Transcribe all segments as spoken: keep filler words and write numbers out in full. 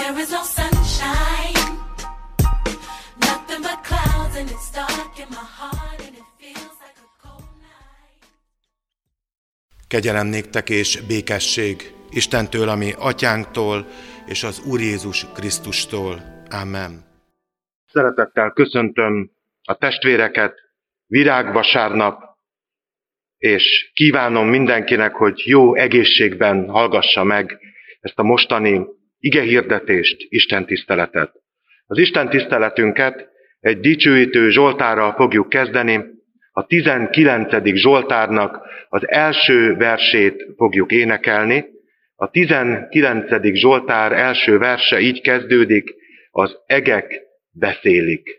There is no sunshine, nothing but clouds, and it's dark in my heart, and it feels like a cold night. Kegyelem néktek és békesség Istentől, ami atyánktól, és az Úr Jézus Krisztustól. Amen. Szeretettel köszöntöm a testvéreket virágvasárnap, és kívánom mindenkinek, hogy jó egészségben hallgassa meg ezt a mostani igehirdetést, Isten tiszteletet. Az Isten tiszteletünket egy dicsőítő zsoltárral fogjuk kezdeni. A tizenkilencedik zsoltárnak az első versét fogjuk énekelni. A tizenkilencedik zsoltár első verse így kezdődik: az egek beszélik.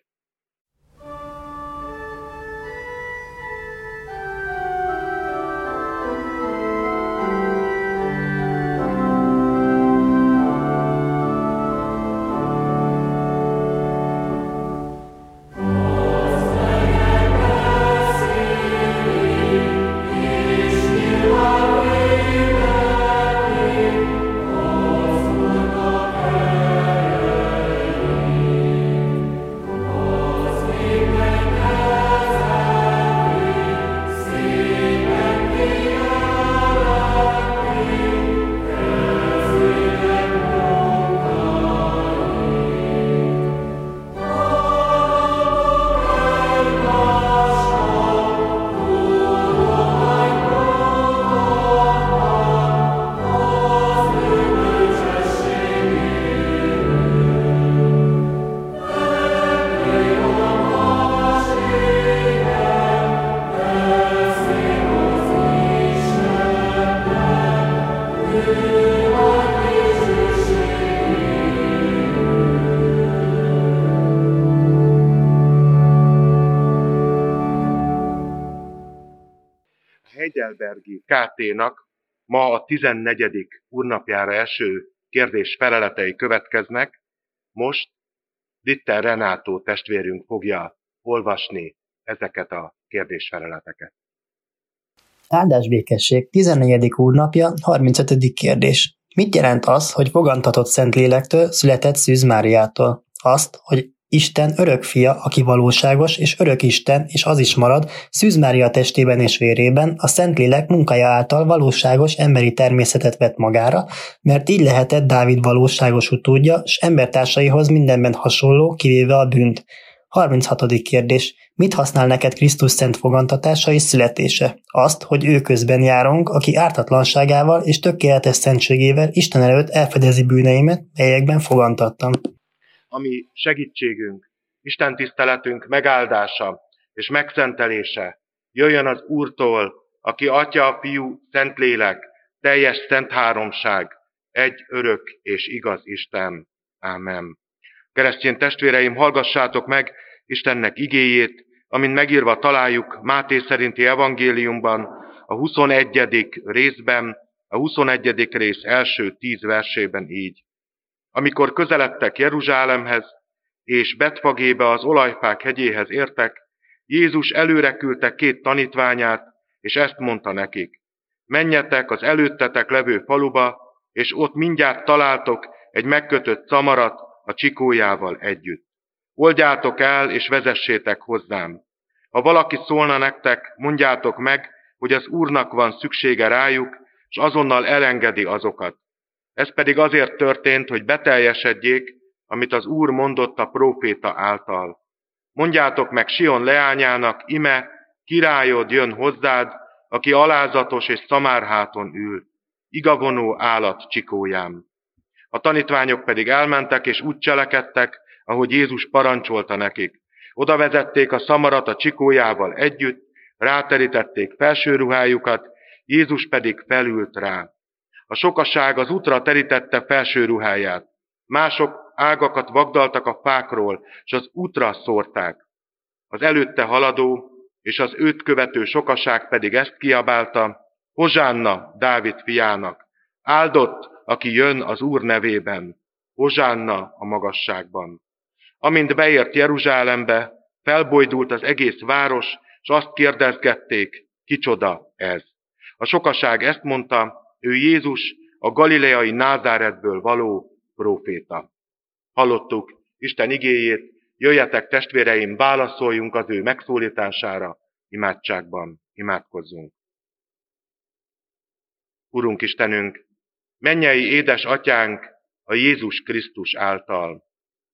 Heidelbergi ká té-nak ma a tizennegyedik úrnapjára eső kérdés feleletei következnek. Most Ritter Renátó testvérünk fogja olvasni ezeket a kérdésfeleleteket. Áldás békesség, tizennegyedik úrnapja, harmincötödik kérdés. Mit jelent az, hogy fogantatott Szentlélektől született Szűz Máriától? Azt, hogy Isten örök fia, aki valóságos és örök Isten, és az is marad, Szűz Mária testében és vérében, a Szentlélek munkája által valóságos emberi természetet vett magára, mert így lehetett Dávid valóságos utódja, s embertársaihoz mindenben hasonló, kivéve a bűnt. harminchatodik kérdés. Mit használ neked Krisztus szent fogantatása és születése? Azt, hogy ő közben járunk, aki ártatlanságával és tökéletes szentségével Isten előtt elfedezi bűneimet, melyekben fogantattam. Ami segítségünk, Isten tiszteletünk megáldása és megszentelése jöjjön az Úrtól, aki Atya, Fiú, Szentlélek, teljes szent háromság, egy örök és igaz Isten. Ámen. Keresztény testvéreim, hallgassátok meg Istennek igéjét, amint megírva találjuk Máté szerinti evangéliumban, a huszonegyedik részben, a huszonegyedik rész első tíz versében így. Amikor közeledtek Jeruzsálemhez, és Betfagébe az olajfák hegyéhez értek, Jézus előre küldte két tanítványát, és ezt mondta nekik: menjetek az előttetek levő faluba, és ott mindjárt találtok egy megkötött szamarat a csikójával együtt. Oldjátok el, és vezessétek hozzám. Ha valaki szólna nektek, mondjátok meg, hogy az Úrnak van szüksége rájuk, és azonnal elengedi azokat. Ez pedig azért történt, hogy beteljesedjék, amit az Úr mondott a próféta által. Mondjátok meg Sion leányának, ime, királyod jön hozzád, aki alázatos és szamárháton ül, igavonó állat csikóján. A tanítványok pedig elmentek, és úgy cselekedtek, ahogy Jézus parancsolta nekik. Oda vezették a szamarat a csikójával együtt, ráterítették felső ruhájukat, Jézus pedig felült rá. A sokaság az útra terítette felső ruháját. Mások ágakat vagdaltak a fákról, és az útra szórták. Az előtte haladó és az őt követő sokaság pedig ezt kiabálta: Hozsánna Dávid fiának! Áldott, aki jön az Úr nevében! Hozsánna a magasságban! Amint beért Jeruzsálembe, felbojdult az egész város, és azt kérdezgették: kicsoda ez? A sokaság ezt mondta: ő Jézus, a galileai Názáretből való próféta. Hallottuk Isten igéjét, jöjjetek testvéreim, válaszoljunk az ő megszólítására, imádságban imádkozzunk. Urunk Istenünk, mennyei édes atyánk a Jézus Krisztus által.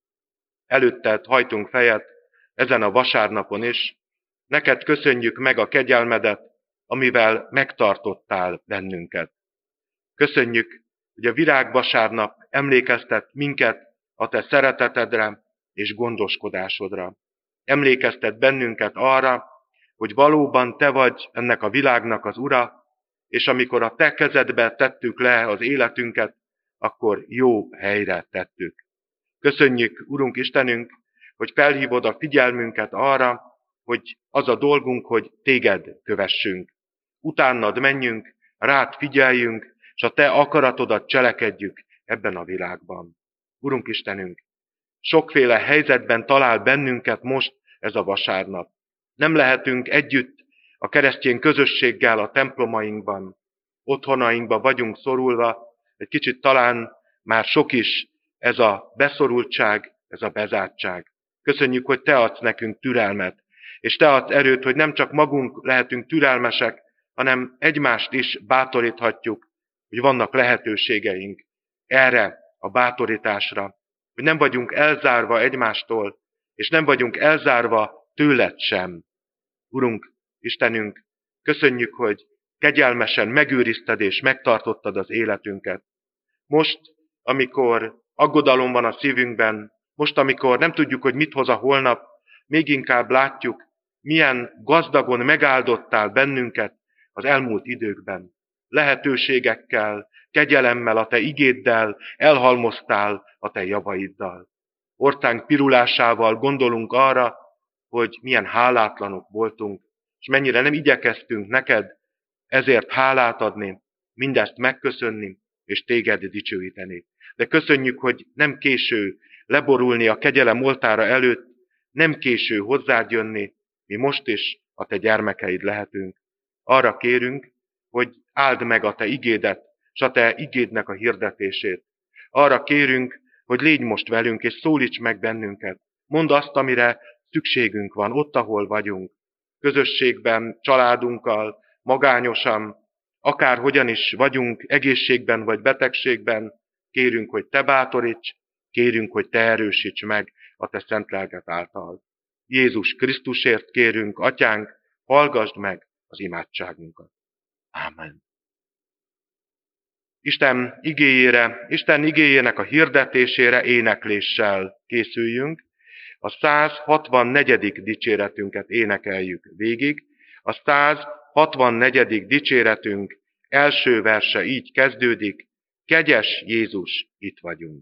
Előtted hajtunk fejet ezen a vasárnapon is, neked köszönjük meg a kegyelmedet, amivel megtartottál bennünket. Köszönjük, hogy a virágvasárnap emlékeztet minket a te szeretetedre és gondoskodásodra. Emlékeztet bennünket arra, hogy valóban te vagy ennek a világnak az ura, és amikor a te kezedbe tettük le az életünket, akkor jó helyre tettük. Köszönjük, Urunk Istenünk, hogy felhívod a figyelmünket arra, hogy az a dolgunk, hogy téged kövessünk. Utánad menjünk, rád figyeljünk, és a te akaratodat cselekedjük ebben a világban. Urunk Istenünk, sokféle helyzetben talál bennünket most ez a vasárnap. Nem lehetünk együtt a keresztény közösséggel a templomainkban, otthonainkban vagyunk szorulva, egy kicsit talán már sok is ez a beszorultság, ez a bezártság. Köszönjük, hogy te adsz nekünk türelmet, és te adsz erőt, hogy nem csak magunk lehetünk türelmesek, hanem egymást is bátoríthatjuk, hogy vannak lehetőségeink erre a bátorításra, hogy nem vagyunk elzárva egymástól, és nem vagyunk elzárva tőled sem. Urunk, Istenünk, köszönjük, hogy kegyelmesen megőrizted és megtartottad az életünket. Most, amikor aggodalom van a szívünkben, most, amikor nem tudjuk, hogy mit hoz a holnap, még inkább látjuk, milyen gazdagon megáldottál bennünket az elmúlt időkben. Lehetőségekkel, kegyelemmel, a te igéddel elhalmoztál a te javaiddal. Orcánk pirulásával gondolunk arra, hogy milyen hálátlanok voltunk, és mennyire nem igyekeztünk neked ezért hálát adni, mindezt megköszönni, és téged dicsőíteni. De köszönjük, hogy nem késő leborulni a kegyelem oltára előtt, nem késő hozzád jönni, mi most is a te gyermekeid lehetünk. Arra kérünk, hogy áld meg a te igédet, s a te igédnek a hirdetését. Arra kérünk, hogy légy most velünk, és szólíts meg bennünket. Mondd azt, amire szükségünk van, ott, ahol vagyunk. Közösségben, családunkkal, magányosan, akárhogyan is vagyunk, egészségben vagy betegségben, kérünk, hogy te bátoríts, kérünk, hogy te erősíts meg a te szent lelked által. Jézus Krisztusért kérünk, atyánk, hallgasd meg az imádságunkat. Ámen. Isten igéjére, Isten igéjének a hirdetésére énekléssel készüljünk. A száz hatvannegyedik dicséretünket énekeljük végig. A száz hatvannegyedik dicséretünk első verse így kezdődik: Kegyes Jézus, itt vagyunk.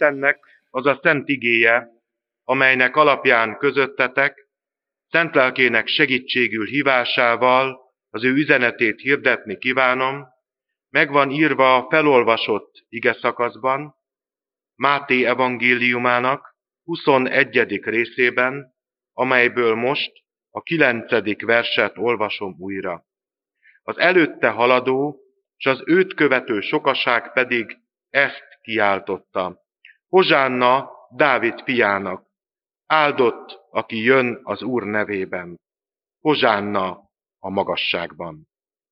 Istennek az a szent igéje, amelynek alapján közöttetek, szent lelkének segítségül hívásával az ő üzenetét hirdetni kívánom, megvan írva a felolvasott igeszakaszban, Máté evangéliumának huszonegyedik részében, amelyből most a kilencedik verset olvasom újra. Az előtte haladó, s az őt követő sokaság pedig ezt kiáltotta. Hozsánna Dávid fiának, áldott, aki jön az Úr nevében. Hozsánna a magasságban.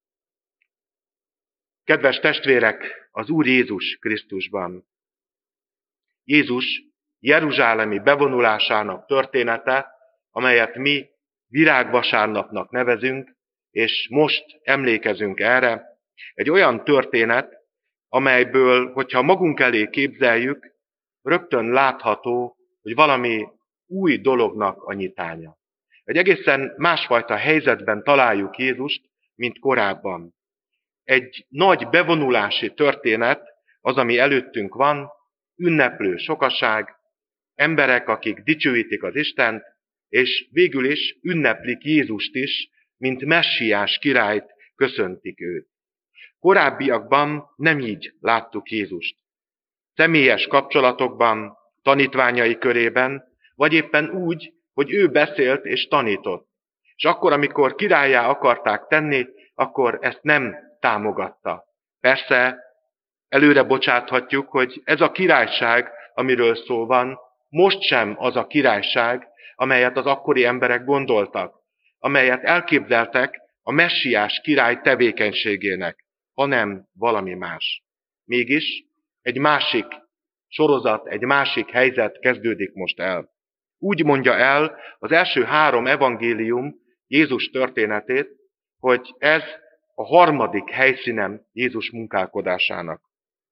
Kedves testvérek, az Úr Jézus Krisztusban. Jézus jeruzsálemi bevonulásának története, amelyet mi virágvasárnapnak nevezünk, és most emlékezünk erre, egy olyan történet, amelyből, hogyha magunk elé képzeljük, rögtön látható, hogy valami új dolognak a nyitánya. Egy egészen másfajta helyzetben találjuk Jézust, mint korábban. Egy nagy bevonulási történet az, ami előttünk van, ünneplő sokaság, emberek, akik dicsőítik az Istent, és végül is ünneplik Jézust is, mint messiás királyt, köszöntik őt. Korábbiakban nem így láttuk Jézust. Személyes kapcsolatokban, tanítványai körében, vagy éppen úgy, hogy ő beszélt és tanított. És akkor, amikor királlyá akarták tenni, akkor ezt nem támogatta. Persze, előre bocsáthatjuk, hogy ez a királyság, amiről szó van, most sem az a királyság, amelyet az akkori emberek gondoltak, amelyet elképzeltek a messiás király tevékenységének, hanem valami más. Mégis egy másik sorozat, egy másik helyzet kezdődik most el. Úgy mondja el az első három evangélium Jézus történetét, hogy ez a harmadik helyszínem Jézus munkálkodásának.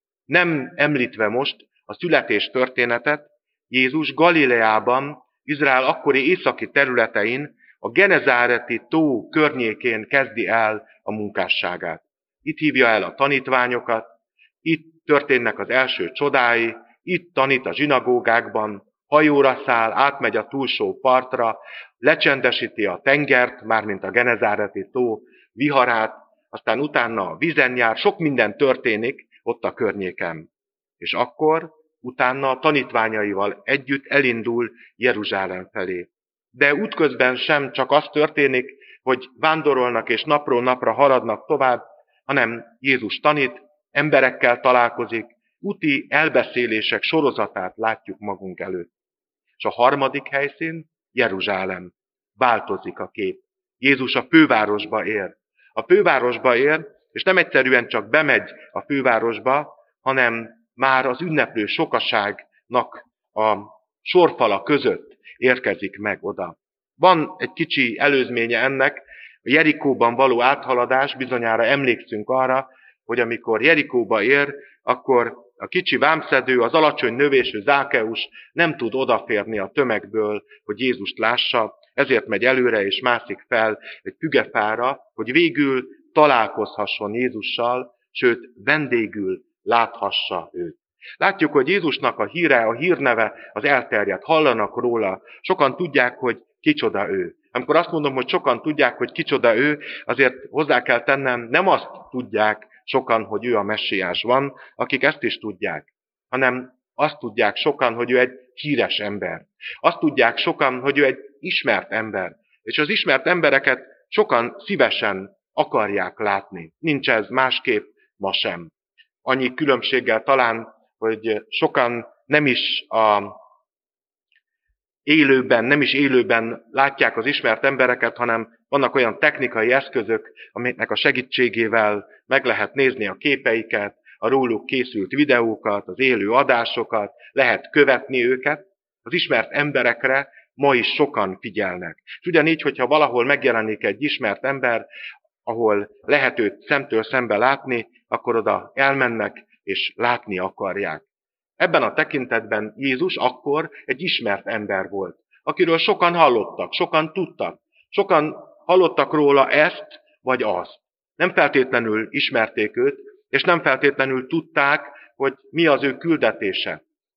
Nem említve most a születés történetet, Jézus Galileában, Izrael akkori északi területein, a Genezáreti tó környékén kezdi el a munkásságát. Itt hívja el a tanítványokat, itt történnek az első csodái, itt tanít a zsinagógákban, hajóra száll, átmegy a túlsó partra, lecsendesíti a tengert, mármint a Genezáreti tó viharát, aztán utána a vízen jár, sok minden történik ott a környéken. És akkor utána a tanítványaival együtt elindul Jeruzsálem felé. De útközben sem csak az történik, hogy vándorolnak és napról napra haladnak tovább, hanem Jézus tanít, emberekkel találkozik, úti elbeszélések sorozatát látjuk magunk előtt. És a harmadik helyszín Jeruzsálem. Változik a kép. Jézus a fővárosba ér. A fővárosba ér, és nem egyszerűen csak bemegy a fővárosba, hanem már az ünneplő sokaságnak a sorfala között érkezik meg oda. Van egy kicsi előzménye ennek, a Jerikóban való áthaladás, bizonyára emlékszünk arra, hogy amikor Jerikóba ér, akkor a kicsi vámszedő, az alacsony növésű Zákeus nem tud odaférni a tömegből, hogy Jézust lássa, ezért megy előre és mászik fel egy fügefára, hogy végül találkozhasson Jézussal, sőt vendégül láthassa őt. Látjuk, hogy Jézusnak a híre, a hírneve az elterjedt, hallanak róla, sokan tudják, hogy kicsoda ő. Amikor azt mondom, hogy sokan tudják, hogy kicsoda ő, azért hozzá kell tennem, nem azt tudják sokan, hogy ő a messiás van, akik ezt is tudják, hanem azt tudják sokan, hogy ő egy híres ember. Azt tudják sokan, hogy ő egy ismert ember. És az ismert embereket sokan szívesen akarják látni. Nincs ez másképp ma sem. Annyi különbséggel talán, hogy sokan nem is a élőben, nem is élőben látják az ismert embereket, hanem vannak olyan technikai eszközök, amiknek a segítségével meg lehet nézni a képeiket, a róluk készült videókat, az élő adásokat, lehet követni őket. Az ismert emberekre ma is sokan figyelnek. És ugyanígy, hogyha valahol megjelenik egy ismert ember, ahol lehet őt szemtől szembe látni, akkor oda elmennek és látni akarják. Ebben a tekintetben Jézus akkor egy ismert ember volt, akiről sokan hallottak, sokan tudtak, sokan hallottak róla ezt vagy azt. Nem feltétlenül ismerték őt, és nem feltétlenül tudták, hogy mi az ő küldetése.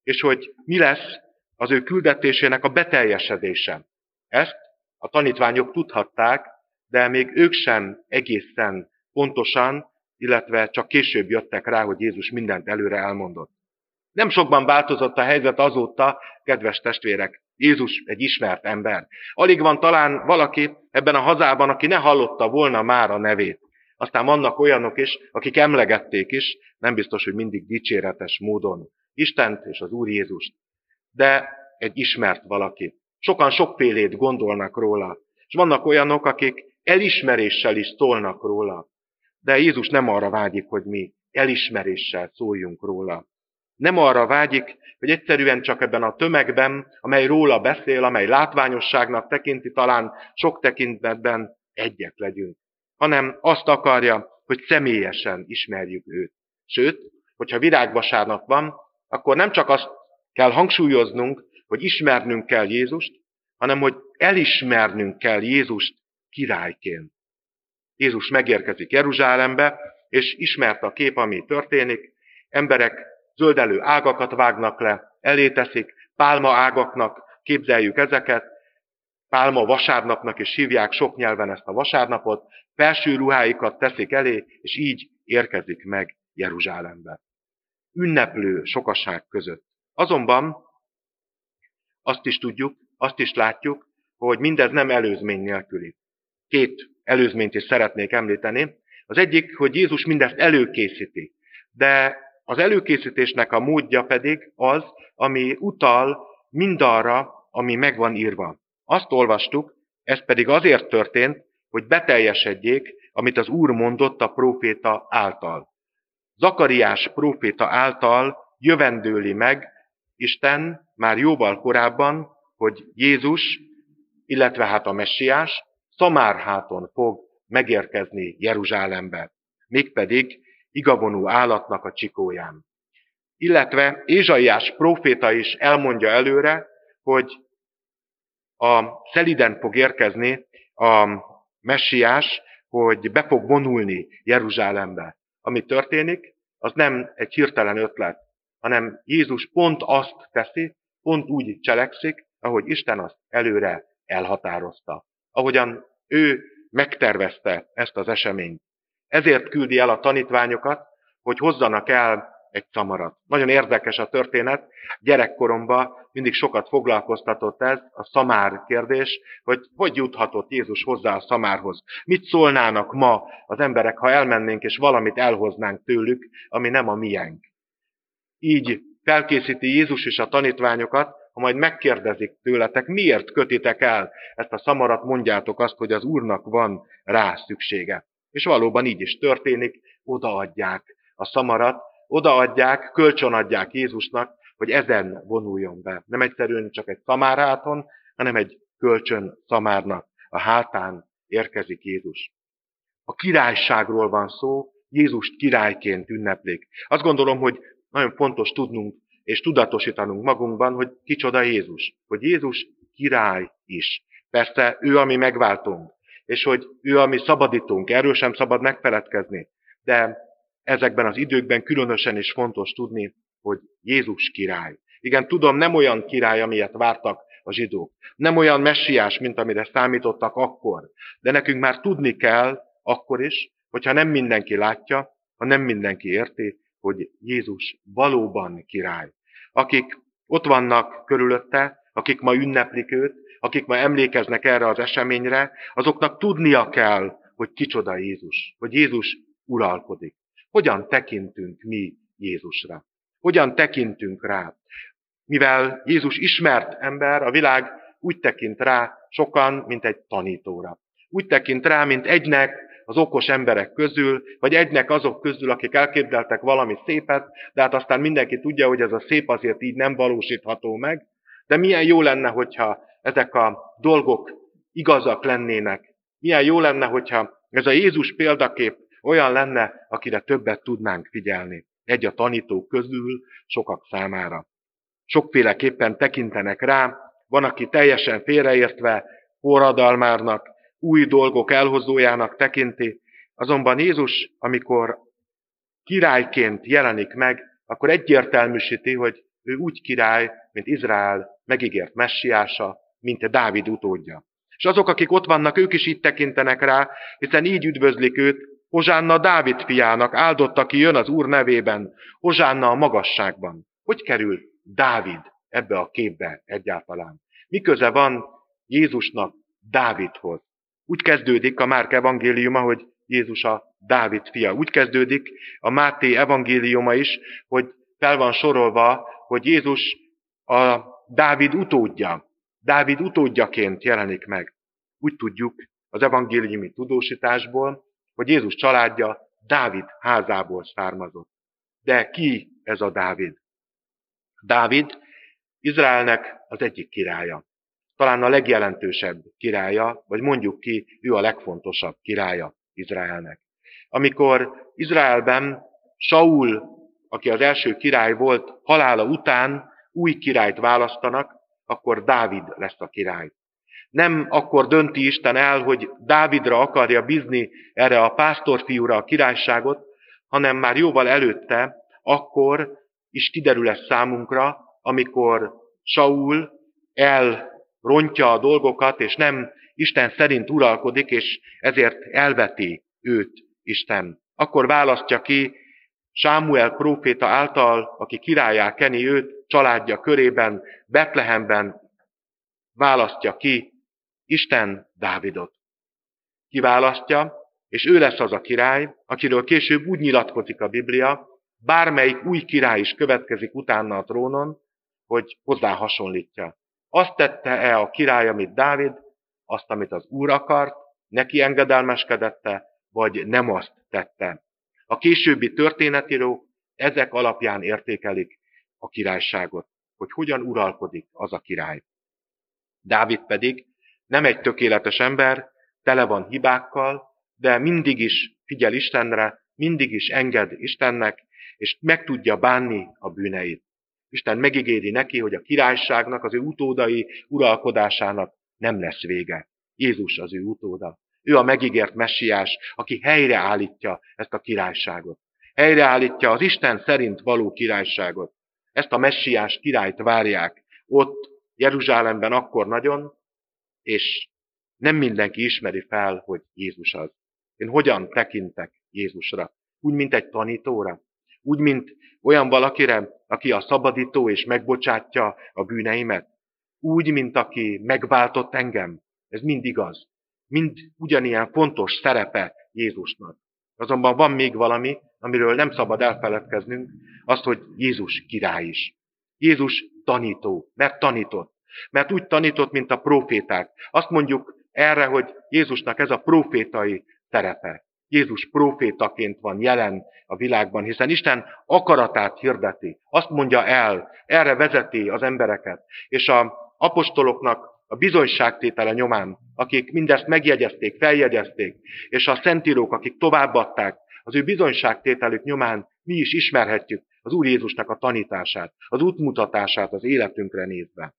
és hogy mi lesz az ő küldetésének a beteljesedése. Ezt a tanítványok tudhatták, de még ők sem egészen pontosan, illetve csak később jöttek rá, hogy Jézus mindent előre elmondott. Nem sokban változott a helyzet azóta, kedves testvérek. Jézus egy ismert ember. Alig van talán valaki ebben a hazában, aki ne hallotta volna már a nevét. Aztán vannak olyanok is, akik emlegették is, nem biztos, hogy mindig dicséretes módon Istent és az Úr Jézust. De egy ismert valaki. Sokan sokfélét gondolnak róla. És vannak olyanok, akik elismeréssel is szólnak róla. De Jézus nem arra vágyik, hogy mi elismeréssel szóljunk róla. Nem arra vágyik, hogy egyszerűen csak ebben a tömegben, amely róla beszél, amely látványosságnak tekinti, talán sok tekintetben egyek legyünk, hanem azt akarja, hogy személyesen ismerjük őt. Sőt, hogyha virágvasárnap van, akkor nem csak azt kell hangsúlyoznunk, hogy ismernünk kell Jézust, hanem hogy elismernünk kell Jézust királyként. Jézus megérkezik Jeruzsálembe, és ismert a kép, ami történik. Emberek zöldelő ágakat vágnak le, elé teszik, pálma ágaknak képzeljük ezeket, pálma vasárnapnak is hívják sok nyelven ezt a vasárnapot, felső ruháikat teszik elé, és így érkezik meg Jeruzsálembe. Ünneplő sokaság között. Azonban azt is tudjuk, azt is látjuk, hogy mindez nem előzmény nélküli. Két előzményt is szeretnék említeni. Az egyik, hogy Jézus mindezt előkészíti, de az előkészítésnek a módja pedig az, ami utal mindarra, ami meg van írva. Azt olvastuk, ez pedig azért történt, hogy beteljesedjék, amit az Úr mondott a próféta által. Zakariás próféta által jövendőli meg Isten már jóval korábban, hogy Jézus, illetve hát a Messiás Szamárháton fog megérkezni Jeruzsálembe, mégpedig igavonú állatnak a csikóján. Illetve Ézsaiás próféta is elmondja előre, hogy a szeliden fog érkezni a Messiás, hogy be fog vonulni Jeruzsálembe. Ami történik, az nem egy hirtelen ötlet, hanem Jézus pont azt teszi, pont úgy cselekszik, ahogy Isten azt előre elhatározta. Ahogyan ő megtervezte ezt az eseményt. Ezért küldi el a tanítványokat, hogy hozzanak el egy szamarat. Nagyon érdekes a történet. Gyerekkoromban mindig sokat foglalkoztatott ez, a szamár kérdés, hogy hogy juthatott Jézus hozzá a szamárhoz. Mit szólnának ma az emberek, ha elmennénk és valamit elhoznánk tőlük, ami nem a miénk. Így felkészíti Jézus is a tanítványokat, ha majd megkérdezik tőletek, miért kötitek el ezt a szamarat, mondjátok azt, hogy az Úrnak van rá szüksége. És valóban így is történik, odaadják a szamarat, odaadják, kölcsönadják Jézusnak, hogy ezen vonuljon be. Nem egyszerűen csak egy szamárháton, hanem egy kölcsön szamárnak a hátán érkezik Jézus. A királyságról van szó, Jézust királyként ünneplik. Azt gondolom, hogy nagyon fontos tudnunk és tudatosítanunk magunkban, hogy kicsoda Jézus. Hogy Jézus király is. Persze ő a mi megváltunk, és hogy ő a mi szabadítunk, erről sem szabad megfeledkezni. De ezekben az időkben különösen is fontos tudni, hogy Jézus király. Igen, tudom, nem olyan király, amilyet vártak a zsidók. Nem olyan messiás, mint amire számítottak akkor. De nekünk már tudni kell akkor is, hogyha nem mindenki látja, ha nem mindenki érti, hogy Jézus valóban király. Akik ott vannak körülötte, akik ma ünneplik őt, akik ma emlékeznek erre az eseményre, azoknak tudnia kell, hogy kicsoda Jézus, hogy Jézus uralkodik. Hogyan tekintünk mi Jézusra? Hogyan tekintünk rá? Mivel Jézus ismert ember, a világ úgy tekint rá sokan, mint egy tanítóra. Úgy tekint rá, mint egynek az okos emberek közül, vagy egynek azok közül, akik elképzeltek valami szépet, de hát aztán mindenki tudja, hogy ez a szép azért így nem valósítható meg. De milyen jó lenne, hogyha ezek a dolgok igazak lennének. Milyen jó lenne, hogyha ez a Jézus példakép olyan lenne, akire többet tudnánk figyelni. Egy a tanítók közül sokak számára. Sokféleképpen tekintenek rá, van, aki teljesen félreértve forradalmárnak, új dolgok elhozójának tekinti, azonban Jézus, amikor királyként jelenik meg, akkor egyértelműsíti, hogy Ő úgy király, mint Izrael megígért messiása, mint Dávid utódja. És azok, akik ott vannak, ők is így tekintenek rá, hiszen így üdvözlik őt, Hozsánna Dávid fiának, áldott, aki jön az Úr nevében, Hozsánna a magasságban. Hogy kerül Dávid ebbe a képbe egyáltalán? Mi köze van Jézusnak Dávidhoz? Úgy kezdődik a Márk evangéliuma, hogy Jézus a Dávid fia. Úgy kezdődik a Máté evangéliuma is, hogy fel van sorolva, hogy Jézus a Dávid utódja. Dávid utódjaként jelenik meg. Úgy tudjuk az evangéliumi tudósításból, hogy Jézus családja Dávid házából származott. De ki ez a Dávid? Dávid Izraelnek az egyik királya. Talán a legjelentősebb királya, vagy mondjuk ki, ő a legfontosabb királya Izraelnek. Amikor Izraelben Saul, aki az első király volt, halála után új királyt választanak, akkor Dávid lesz a király. Nem akkor dönti Isten el, hogy Dávidra akarja bízni erre a pásztorfiúra a királyságot, hanem már jóval előtte, akkor is kiderül ez számunkra, amikor Saul elrontja a dolgokat, és nem Isten szerint uralkodik, és ezért elveti őt Isten. Akkor választja ki Sámuel próféta által, aki királlyá keni őt, családja körében, Betlehemben választja ki Isten Dávidot. Kiválasztja, és ő lesz az a király, akiről később úgy nyilatkozik a Biblia, bármelyik új király is következik utána a trónon, hogy hozzá hasonlítja. Azt tette-e a király, amit Dávid, azt, amit az Úr akart, neki engedelmeskedette, vagy nem azt tette. A későbbi történetírók ezek alapján értékelik a királyságot, hogy hogyan uralkodik az a király. Dávid pedig nem egy tökéletes ember, tele van hibákkal, de mindig is figyel Istenre, mindig is enged Istennek, és meg tudja bánni a bűneit. Isten megígéri neki, hogy a királyságnak, az ő utódai uralkodásának nem lesz vége. Jézus az ő utóda. Ő a megígért messiás, aki helyreállítja ezt a királyságot. Helyreállítja az Isten szerint való királyságot. Ezt a messiás királyt várják ott Jeruzsálemben akkor nagyon, és nem mindenki ismeri fel, hogy Jézus az. Én hogyan tekintek Jézusra? Úgy, mint egy tanítóra? Úgy, mint olyan valakire, aki a szabadító és megbocsátja a bűneimet? Úgy, mint aki megváltott engem? Ez mind igaz. Mind ugyanilyen fontos szerepe Jézusnak. Azonban van még valami, amiről nem szabad elfeledkeznünk, azt, hogy Jézus király is. Jézus tanító, mert tanított. Mert úgy tanított, mint a próféták. Azt mondjuk erre, hogy Jézusnak ez a prófétai szerepe. Jézus prófétaként van jelen a világban, hiszen Isten akaratát hirdeti. Azt mondja el, erre vezeti az embereket. És az apostoloknak a bizonyságtétele nyomán, akik mindezt megjegyezték, feljegyezték, és a szentírók, akik továbbadták, az ő bizonyságtételük nyomán mi is ismerhetjük az Úr Jézusnak a tanítását, az útmutatását az életünkre nézve.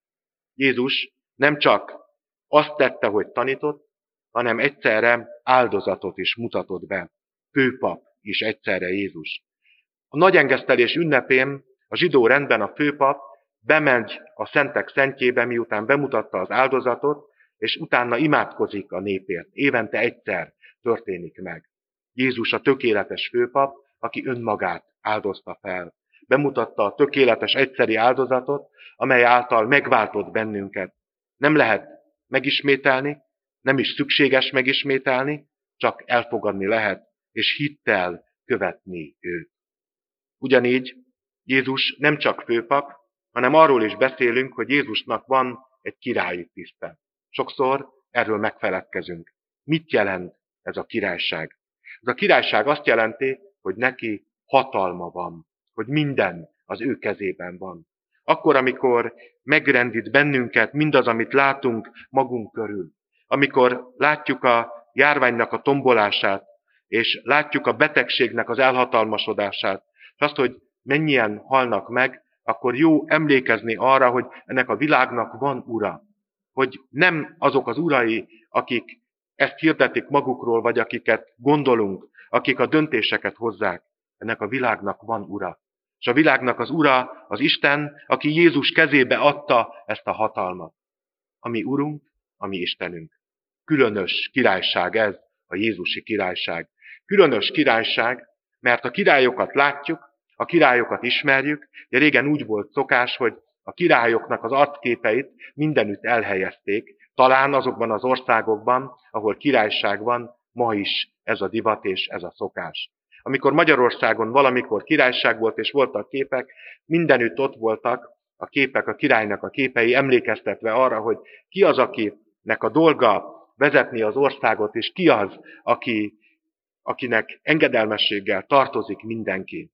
Jézus nem csak azt tette, hogy tanított, hanem egyszerre áldozatot is mutatott be. Főpap is egyszerre Jézus. A nagyengesztelés ünnepén a zsidó rendben a főpap bemegy a szentek szentjébe, miután bemutatta az áldozatot, és utána imádkozik a népért. Évente egyszer történik meg. Jézus a tökéletes főpap, aki önmagát áldozta fel. Bemutatta a tökéletes egyszeri áldozatot, amely által megváltott bennünket. Nem lehet megismételni, nem is szükséges megismételni, csak elfogadni lehet, és hittel követni őt. Ugyanígy Jézus nem csak főpap, hanem arról is beszélünk, hogy Jézusnak van egy királyi tiszte. Sokszor erről megfeledkezünk. Mit jelent ez a királyság? Ez a királyság azt jelenti, hogy neki hatalma van, hogy minden az ő kezében van. Akkor, amikor megrendít bennünket mindaz, amit látunk magunk körül, amikor látjuk a járványnak a tombolását, és látjuk a betegségnek az elhatalmasodását, és azt, hogy mennyien halnak meg, akkor jó emlékezni arra, hogy ennek a világnak van ura. Hogy nem azok az urai, akik ezt hirdetik magukról, vagy akiket gondolunk, akik a döntéseket hozzák. Ennek a világnak van ura. És a világnak az ura, az Isten, aki Jézus kezébe adta ezt a hatalmat. A mi urunk, a mi Istenünk. Különös királyság ez, a Jézusi királyság. Különös királyság, mert a királyokat látjuk, a királyokat ismerjük, de régen úgy volt szokás, hogy a királyoknak az arcképeit mindenütt elhelyezték, talán azokban az országokban, ahol királyság van, ma is ez a divat és ez a szokás. Amikor Magyarországon valamikor királyság volt és voltak képek, mindenütt ott voltak a képek, a királynak a képei, emlékeztetve arra, hogy ki az, akinek a dolga vezetni az országot, és ki az, aki, akinek engedelmességgel tartozik mindenki.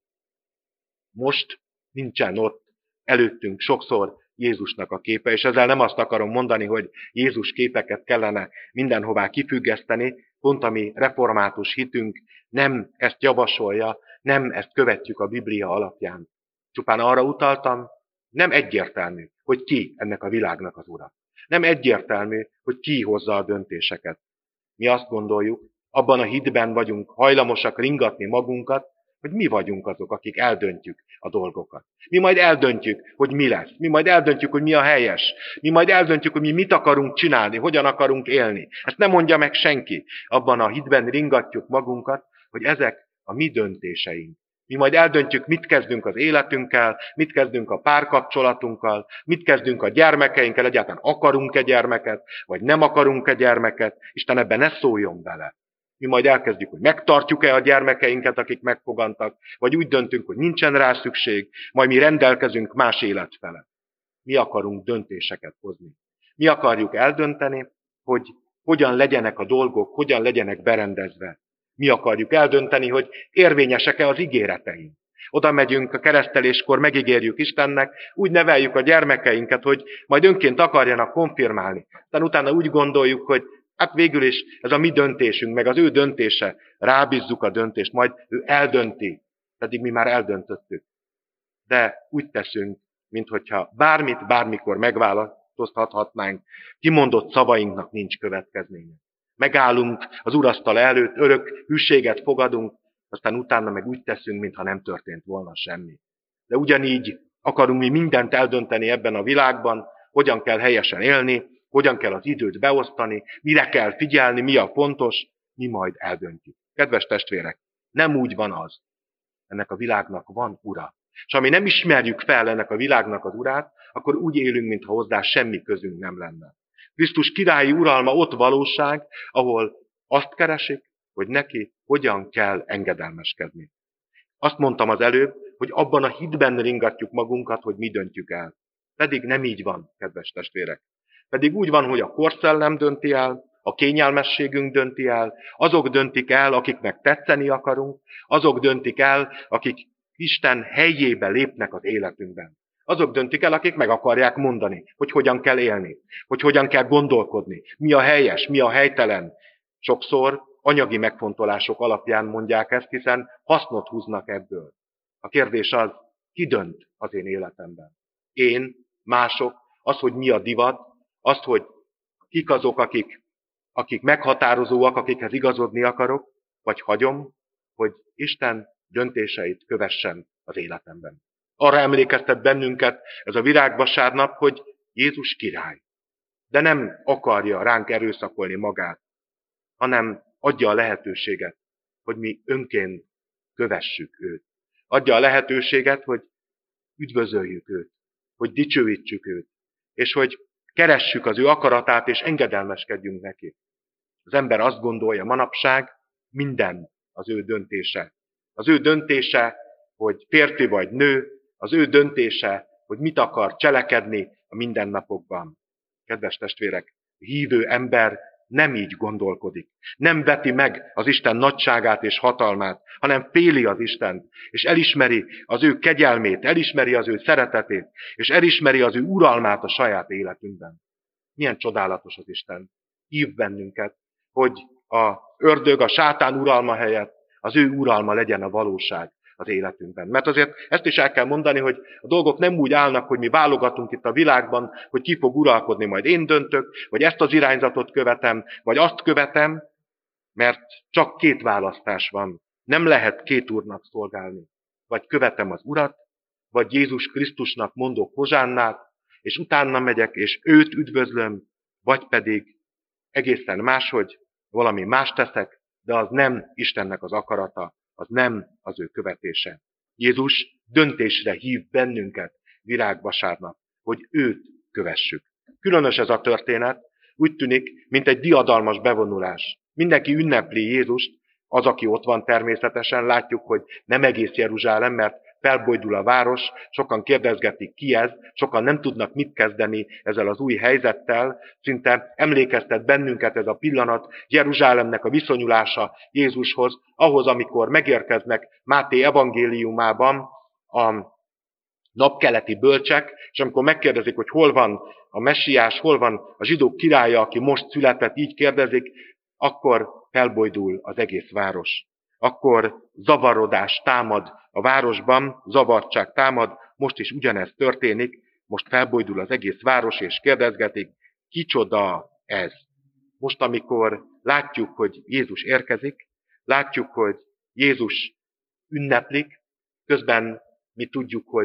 Most nincsen ott előttünk sokszor Jézusnak a képe, és ezzel nem azt akarom mondani, hogy Jézus képeket kellene mindenhová kifüggeszteni, pont a mi református hitünk nem ezt javasolja, nem ezt követjük a Biblia alapján. Csupán arra utaltam, nem egyértelmű, hogy ki ennek a világnak az ura. Nem egyértelmű, hogy ki hozza a döntéseket. Mi azt gondoljuk, abban a hitben vagyunk hajlamosak ringatni magunkat, hogy mi vagyunk azok, akik eldöntjük a dolgokat. Mi majd eldöntjük, hogy mi lesz. Mi majd eldöntjük, hogy mi a helyes. Mi majd eldöntjük, hogy mi mit akarunk csinálni, hogyan akarunk élni. Ezt nem mondja meg senki. Abban a hitben ringatjuk magunkat, hogy ezek a mi döntéseink. Mi majd eldöntjük, mit kezdünk az életünkkel, mit kezdünk a párkapcsolatunkkal, mit kezdünk a gyermekeinkkel, egyáltalán akarunk-e gyermeket, vagy nem akarunk-e gyermeket. Isten ebben ne szóljon bele. Mi majd elkezdjük, hogy megtartjuk-e a gyermekeinket, akik megfogantak, vagy úgy döntünk, hogy nincsen rá szükség, majd mi rendelkezünk más élet felett. Mi akarunk döntéseket hozni. Mi akarjuk eldönteni, hogy hogyan legyenek a dolgok, hogyan legyenek berendezve. Mi akarjuk eldönteni, hogy érvényesek-e az ígéreteink. Oda megyünk a kereszteléskor, megígérjük Istennek, úgy neveljük a gyermekeinket, hogy majd önként akarjanak konfirmálni. Aztán utána úgy gondoljuk, hogy hát végül is ez a mi döntésünk, meg az ő döntése. Rábízzuk a döntést, majd ő eldönti, pedig mi már eldöntöttük. De úgy teszünk, minthogyha bármit, bármikor megváltoztathatnánk, kimondott szavainknak nincs következménye. Megállunk az urasztal előtt, örök hűséget fogadunk, aztán utána meg úgy teszünk, mintha nem történt volna semmi. De ugyanígy akarunk mi mindent eldönteni ebben a világban, hogyan kell helyesen élni, hogyan kell az időt beosztani, mire kell figyelni, mi a fontos, mi majd eldöntjük. Kedves testvérek, nem úgy van az. Ennek a világnak van ura. És ha mi nem ismerjük fel ennek a világnak az urát, akkor úgy élünk, mintha hozzá semmi közünk nem lenne. Krisztus királyi uralma ott valóság, ahol azt keresik, hogy neki hogyan kell engedelmeskedni. Azt mondtam az előbb, hogy abban a hitben ringatjuk magunkat, hogy mi döntjük el. Pedig nem így van, kedves testvérek. Pedig úgy van, hogy a korszellem dönti el, a kényelmességünk dönti el, azok döntik el, akiknek tetszeni akarunk, azok döntik el, akik Isten helyébe lépnek az életünkben. Azok döntik el, akik meg akarják mondani, hogy hogyan kell élni, hogy hogyan kell gondolkodni, mi a helyes, mi a helytelen. Sokszor anyagi megfontolások alapján mondják ezt, hiszen hasznot húznak ebből. A kérdés az, ki dönt az én életemben? Én, mások, az, hogy mi a divat, azt, hogy kik azok, akik, akik meghatározóak, akikhez igazodni akarok, vagy hagyom, hogy Isten döntéseit kövessen az életemben. Arra emlékeztet bennünket ez a virágvasárnap, hogy Jézus király. De nem akarja ránk erőszakolni magát, hanem adja a lehetőséget, hogy mi önként kövessük őt. Adja a lehetőséget, hogy üdvözöljük őt, hogy dicsőítsük őt, és hogy keressük az ő akaratát, és engedelmeskedjünk neki. Az ember azt gondolja manapság, minden az ő döntése. Az ő döntése, hogy férfi vagy nő, az ő döntése, hogy mit akar cselekedni a mindennapokban. Kedves testvérek, hívő ember nem így gondolkodik. Nem veti meg az Isten nagyságát és hatalmát, hanem féli az Istent, és elismeri az ő kegyelmét, elismeri az ő szeretetét, és elismeri az ő uralmát a saját életünkben. Milyen csodálatos az Isten. Hív bennünket, hogy a ördög, a sátán uralma helyett az ő uralma legyen a valóság az életünkben. Mert azért ezt is el kell mondani, hogy a dolgok nem úgy állnak, hogy mi válogatunk itt a világban, hogy ki fog uralkodni, majd én döntök, vagy ezt az irányzatot követem, vagy azt követem, mert csak két választás van. Nem lehet két úrnak szolgálni. Vagy követem az urat, vagy Jézus Krisztusnak mondok hozsánnát, és utána megyek, és őt üdvözlöm, vagy pedig egészen máshogy valami más teszek, de az nem Istennek az akarata, az nem az ő követése. Jézus döntésre hív bennünket virágvasárnap, hogy őt kövessük. Különös ez a történet, úgy tűnik, mint egy diadalmas bevonulás. Mindenki ünnepli Jézust, az, aki ott van természetesen, látjuk, hogy nem egész Jeruzsálem, mert felbojdul a város, sokan kérdezgetik, ki ez, sokan nem tudnak mit kezdeni ezzel az új helyzettel, szinte emlékeztet bennünket ez a pillanat Jeruzsálemnek a viszonyulása Jézushoz, ahhoz, amikor megérkeznek Máté evangéliumában a napkeleti bölcsek, és amikor megkérdezik, hogy hol van a messiás, hol van a zsidók királya, aki most született, így kérdezik, akkor felbojdul az egész város. Akkor zavarodás támad a városban, zavartság támad, most is ugyanez történik, most felbojdul az egész város, és kérdezgetik, kicsoda ez? Most, amikor látjuk, hogy Jézus érkezik, látjuk, hogy Jézus ünneplik, közben mi tudjuk, hogy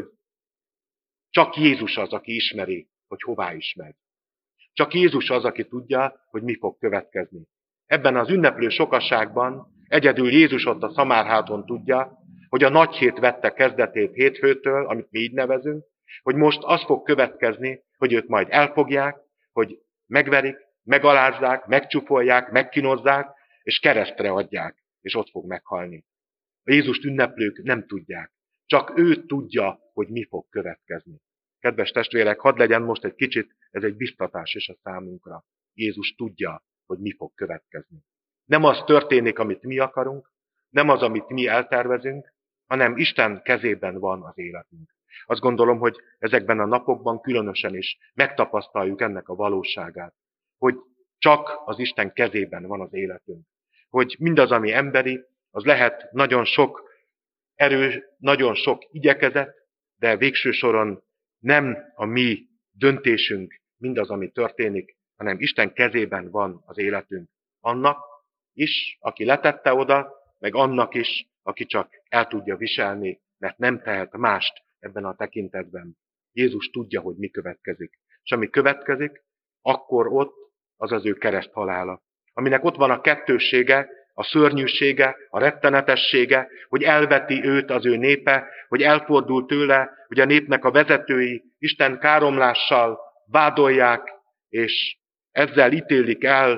csak Jézus az, aki ismeri, hogy hová is megy. Csak Jézus az, aki tudja, hogy mi fog következni. Ebben az ünneplő sokasságban egyedül Jézus ott a Szamárháton tudja, hogy a nagy hét vette kezdetét hétfőtől, amit mi így nevezünk, hogy most az fog következni, hogy őt majd elfogják, hogy megverik, megalázzák, megcsupolják, megkínozzák, és keresztre adják, és ott fog meghalni. A Jézust ünneplők nem tudják. Csak ő tudja, hogy mi fog következni. Kedves testvérek, hadd legyen most egy kicsit, ez egy biztatás is a számunkra. Jézus tudja, hogy mi fog következni. Nem az történik, amit mi akarunk, nem az, amit mi eltervezünk, hanem Isten kezében van az életünk. Azt gondolom, hogy ezekben a napokban különösen is megtapasztaljuk ennek a valóságát, hogy csak az Isten kezében van az életünk. Hogy mindaz, ami emberi, az lehet nagyon sok erő, nagyon sok igyekezet, de végső soron nem a mi döntésünk mindaz, ami történik, hanem Isten kezében van az életünk. Annak is, aki letette oda, meg annak is, aki csak el tudja viselni, mert nem tehet mást ebben a tekintetben. Jézus tudja, hogy mi következik. És ami következik, akkor ott az az ő kereszt halála. Aminek ott van a kettőssége, a szörnyűsége, a rettenetessége, hogy elveti őt az ő népe, hogy elfordul tőle, hogy a népnek a vezetői Isten káromlással vádolják, és ezzel ítélik el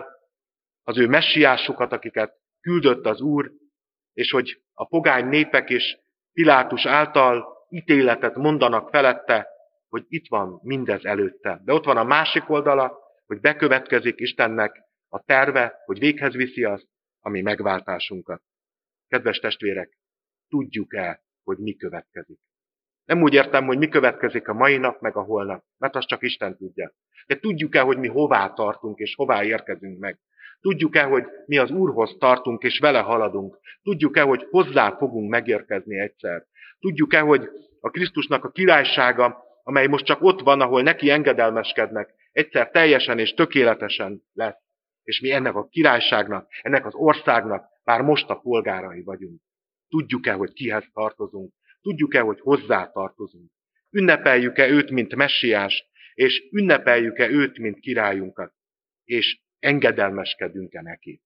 az ő messiásukat, akiket küldött az Úr, és hogy a pogány népek is Pilátus által ítéletet mondanak felette, hogy itt van mindez előtte. De ott van a másik oldala, hogy bekövetkezik Istennek a terve, hogy véghez viszi azt, ami megváltásunkat. Kedves testvérek, tudjuk-e, hogy mi következik? Nem úgy értem, hogy mi következik a mai nap, meg a holnap, mert azt csak Isten tudja. De tudjuk-e, hogy mi hová tartunk, és hová érkezünk meg? Tudjuk-e, hogy mi az Úrhoz tartunk, és vele haladunk? Tudjuk-e, hogy hozzá fogunk megérkezni egyszer? Tudjuk-e, hogy a Krisztusnak a királysága, amely most csak ott van, ahol neki engedelmeskednek, egyszer teljesen és tökéletesen lesz? És mi ennek a királyságnak, ennek az országnak már most a polgárai vagyunk. Tudjuk-e, hogy kihez tartozunk? Tudjuk-e, hogy hozzá tartozunk? Ünnepeljük-e őt, mint messiást, és ünnepeljük-e őt, mint királyunkat? És engedelmeskedünk-e neki?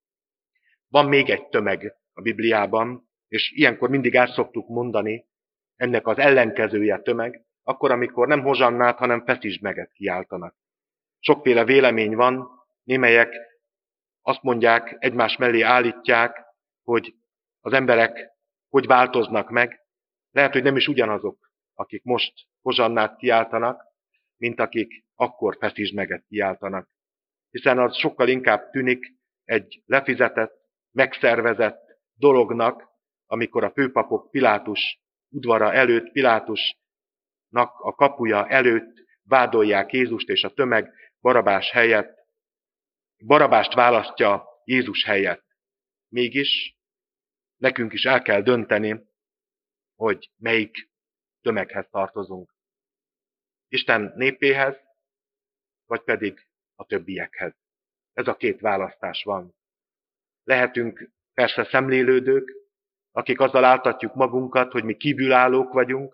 Van még egy tömeg a Bibliában, és ilyenkor mindig el szoktuk mondani, ennek az ellenkezője tömeg, akkor, amikor nem hozsannát, hanem feszítsd meget kiáltanak. Sokféle vélemény van, némelyek azt mondják, egymás mellé állítják, hogy az emberek hogy változnak meg. Lehet, hogy nem is ugyanazok, akik most hozsannát kiáltanak, mint akik akkor feszítsd meget kiáltanak. Hiszen az sokkal inkább tűnik egy lefizetett, megszervezett dolognak, amikor a főpapok Pilátus udvara előtt, Pilátusnak a kapuja előtt vádolják Jézust, és a tömeg Barabás helyett, Barabást választja Jézus helyett. Mégis nekünk is el kell dönteni, hogy melyik tömeghez tartozunk. Isten népéhez, vagy pedig a többiekhez. Ez a két választás van. Lehetünk persze szemlélődők, akik azzal áltatjuk magunkat, hogy mi kívülállók vagyunk,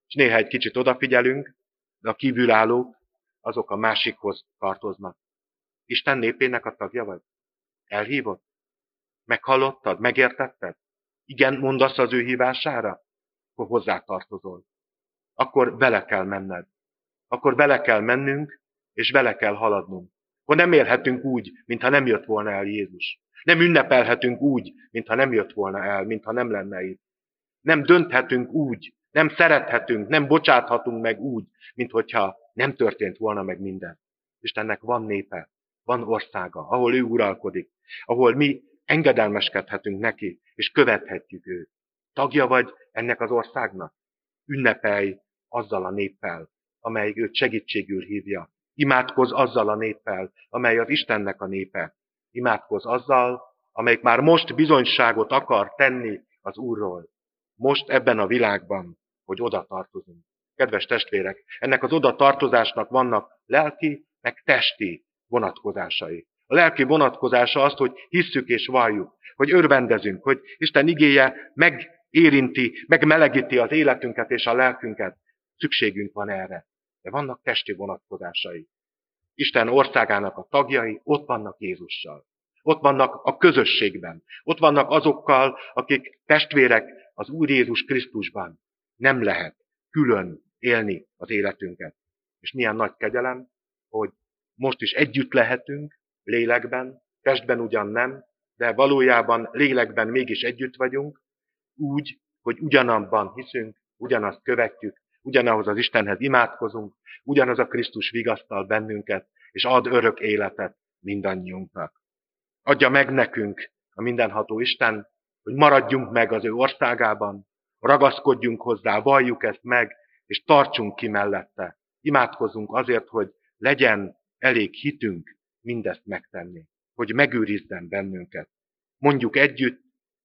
és néha egy kicsit odafigyelünk, de a kívülállók, azok a másikhoz tartoznak. Isten népének a tagja vagy? Elhívott? Meghallottad? Megértetted? Igen, mondasz az ő hívására? Akkor hozzá tartozol. Akkor vele kell menned. Akkor vele kell mennünk, és vele kell haladnunk. Akkor nem élhetünk úgy, mintha nem jött volna el Jézus. Nem ünnepelhetünk úgy, mintha nem jött volna el, mintha nem lenne itt. Nem dönthetünk úgy, nem szerethetünk, nem bocsáthatunk meg úgy, minthogyha nem történt volna meg minden. Istennek van népe, van országa, ahol ő uralkodik, ahol mi engedelmeskedhetünk neki, és követhetjük őt. Tagja vagy ennek az országnak? Ünnepelj azzal a néppel, amely őt segítségül hívja. Imádkozz azzal a néppel, amely az Istennek a népe. Imádkozz azzal, amelyik már most bizonyságot akar tenni az Úrról. Most ebben a világban, hogy oda tartozunk. Kedves testvérek, ennek az oda tartozásnak vannak lelki, meg testi vonatkozásai. A lelki vonatkozása azt, hogy hisszük és valljuk, hogy örvendezünk, hogy Isten igéje megérinti, megmelegíti az életünket és a lelkünket. Szükségünk van erre. De vannak testi vonatkozásai. Isten országának a tagjai ott vannak Jézussal. Ott vannak a közösségben. Ott vannak azokkal, akik testvérek az Úr Jézus Krisztusban. Nem lehet külön élni az életünket. És milyen nagy kegyelem, hogy most is együtt lehetünk, lélekben, testben ugyan nem, de valójában lélekben mégis együtt vagyunk, úgy, hogy ugyanabban hiszünk, ugyanazt követjük, ugyanahoz az Istenhez imádkozunk, ugyanaz a Krisztus vigasztal bennünket, és ad örök életet mindannyiunknak. Adja meg nekünk a mindenható Isten, hogy maradjunk meg az ő országában, ragaszkodjunk hozzá, valljuk ezt meg, és tartsunk ki mellette. Imádkozzunk azért, hogy legyen elég hitünk mindezt megtenni, hogy megőrizzen bennünket. Mondjuk együtt,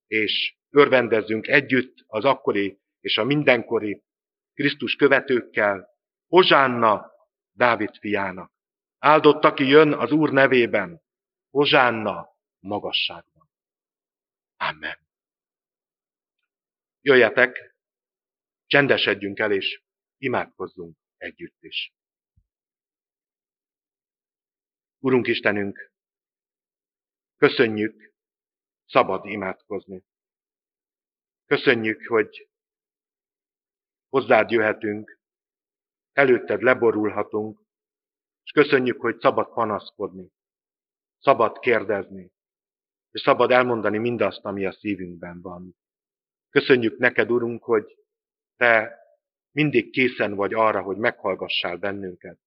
és örvendezzünk együtt az akkori és a mindenkori Krisztus követőkkel, Hozsánna Dávid fiának. Áldott, aki jön az Úr nevében, Hozsánna magasságban. Amen. Jöjjetek, csendesedjünk el, és imádkozzunk együtt is. Urunk Istenünk, köszönjük, szabad imádkozni. Köszönjük, hogy hozzád jöhetünk, előtted leborulhatunk, és köszönjük, hogy szabad panaszkodni, szabad kérdezni, és szabad elmondani mindazt, ami a szívünkben van. Köszönjük neked, Urunk, hogy te mindig készen vagy arra, hogy meghallgassál bennünket.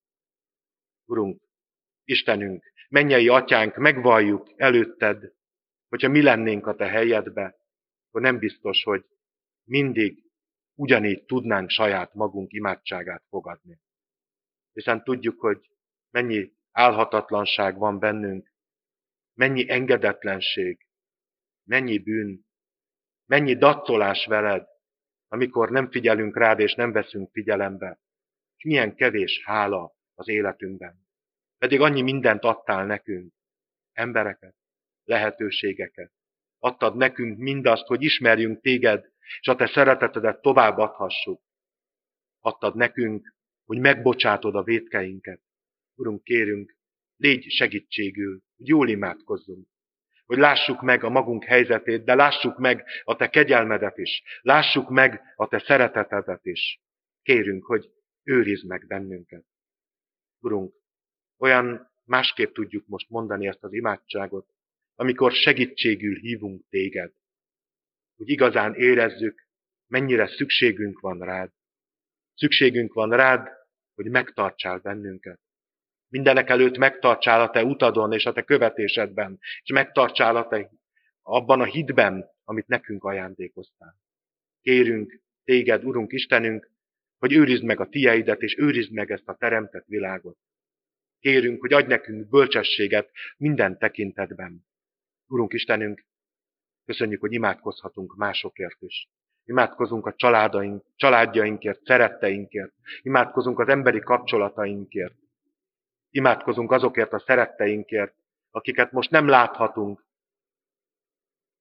Urunk, Istenünk, mennyei atyánk, megvalljuk előtted, hogyha mi lennénk a te helyedbe, akkor nem biztos, hogy mindig ugyanígy tudnánk saját magunk imádságát fogadni. Hiszen tudjuk, hogy mennyi álhatatlanság van bennünk, mennyi engedetlenség, mennyi bűn, mennyi daccolás veled, amikor nem figyelünk rád és nem veszünk figyelembe, és milyen kevés hála az életünkben. Pedig annyi mindent adtál nekünk, embereket, lehetőségeket. Adtad nekünk mindazt, hogy ismerjünk téged, és a te szeretetedet tovább adhassuk. Adtad nekünk, hogy megbocsátod a vétkeinket. Urunk, kérünk, légy segítségül, hogy jól imádkozzunk. Hogy lássuk meg a magunk helyzetét, de lássuk meg a te kegyelmedet is. Lássuk meg a te szeretetedet is. Kérünk, hogy őrizd meg bennünket. Urunk, olyan másképp tudjuk most mondani ezt az imádságot, amikor segítségül hívunk téged. Hogy igazán érezzük, mennyire szükségünk van rád. Szükségünk van rád, hogy megtartsál bennünket. Mindenek előtt megtartsál a te utadon és a te követésedben, és megtartsál a te abban a hitben, amit nekünk ajándékoztál. Kérünk téged, Urunk Istenünk, hogy őrizd meg a tieidet, és őrizd meg ezt a teremtett világot. Kérünk, hogy adj nekünk bölcsességet minden tekintetben. Urunk Istenünk, köszönjük, hogy imádkozhatunk másokért is. Imádkozunk a családaink, családjainkért, szeretteinkért. Imádkozunk az emberi kapcsolatainkért. Imádkozunk azokért a szeretteinkért, akiket most nem láthatunk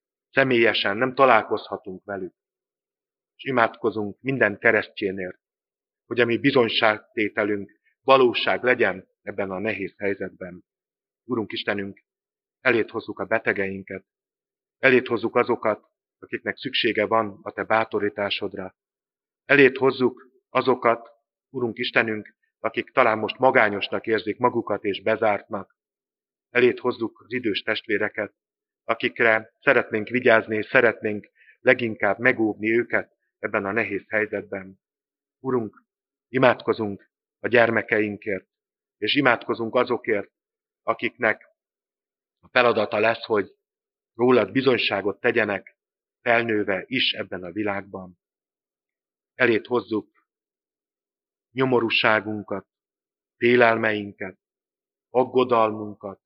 személyesen, nem találkozhatunk velük. És imádkozunk minden keresztjénért, hogy a mi bizonyságtételünk valóság legyen ebben a nehéz helyzetben. Urunk Istenünk, elét hozzuk a betegeinket, elét hozzuk azokat, akiknek szüksége van a Te bátorításodra. Elét hozzuk azokat, Urunk Istenünk, akik talán most magányosnak érzik magukat és bezártnak. Elét hozzuk az idős testvéreket, akikre szeretnénk vigyázni, és szeretnénk leginkább megóvni őket ebben a nehéz helyzetben. Urunk, imádkozunk a gyermekeinkért, és imádkozunk azokért, akiknek a feladata lesz, hogy rólad bizonyságot tegyenek, felnőve is ebben a világban. Elét hozzuk nyomorúságunkat, félelmeinket, aggodalmunkat,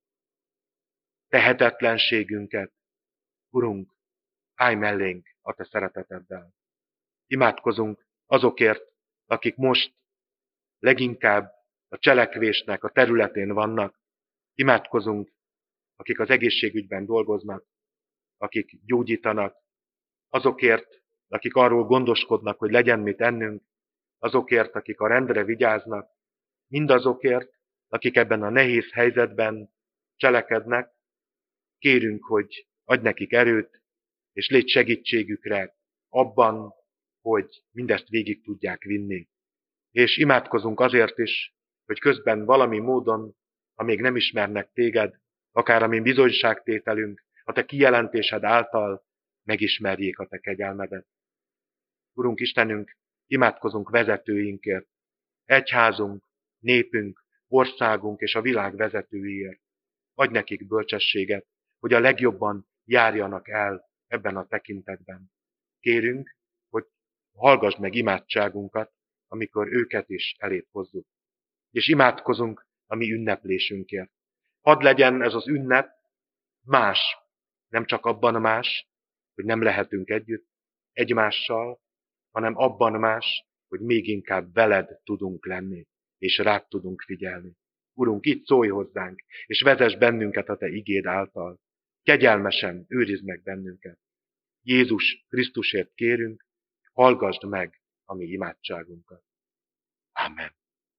tehetetlenségünket. Urunk, állj mellénk a Te szereteteddel. Imádkozunk azokért, akik most leginkább a cselekvésnek a területén vannak. Imádkozunk, akik az egészségügyben dolgoznak, akik gyógyítanak, azokért, akik arról gondoskodnak, hogy legyen mit ennünk, azokért, akik a rendre vigyáznak, mindazokért, akik ebben a nehéz helyzetben cselekednek, kérünk, hogy adj nekik erőt, és légy segítségükre abban, hogy mindezt végig tudják vinni. És imádkozunk azért is, hogy közben valami módon, ha még nem ismernek téged, akár a mi bizonyságtételünk, a te kijelentésed által megismerjék a te kegyelmedet. Urunk Istenünk, imádkozunk vezetőinkért, egyházunk, népünk, országunk és a világ vezetőiért. Adj nekik bölcsességet, hogy a legjobban járjanak el ebben a tekintetben. Kérünk, hogy hallgassd meg imádságunkat, amikor őket is eléd hozzuk. És imádkozunk a mi ünneplésünkért. Hadd legyen ez az ünnep más, nem csak abban más, hogy nem lehetünk együtt egymással, hanem abban más, hogy még inkább veled tudunk lenni, és rád tudunk figyelni. Urunk, itt szólj hozzánk, és vezess bennünket a te igéd által. Kegyelmesen őrizd meg bennünket. Jézus Krisztusért kérünk, hallgasd meg a mi imádságunkat. Amen.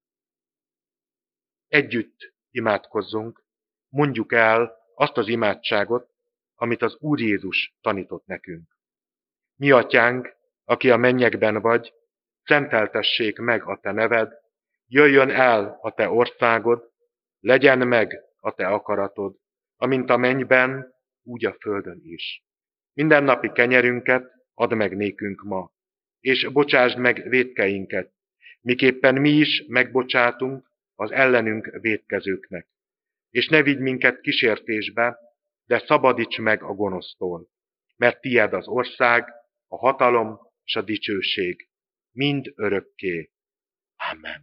Együtt imádkozzunk, mondjuk el azt az imádságot, amit az Úr Jézus tanított nekünk. Mi atyánk, aki a mennyekben vagy, szenteltessék meg a te neved, jöjjön el a te országod, legyen meg a te akaratod, amint a mennyben, úgy a földön is. Mindennapi kenyerünket add meg nékünk ma, és bocsásd meg vétkeinket, miképpen mi is megbocsátunk az ellenünk vétkezőknek. És ne vigy minket kísértésbe, de szabadíts meg a gonosztól, mert tied az ország, a hatalom és a dicsőség, mind örökké. Amen.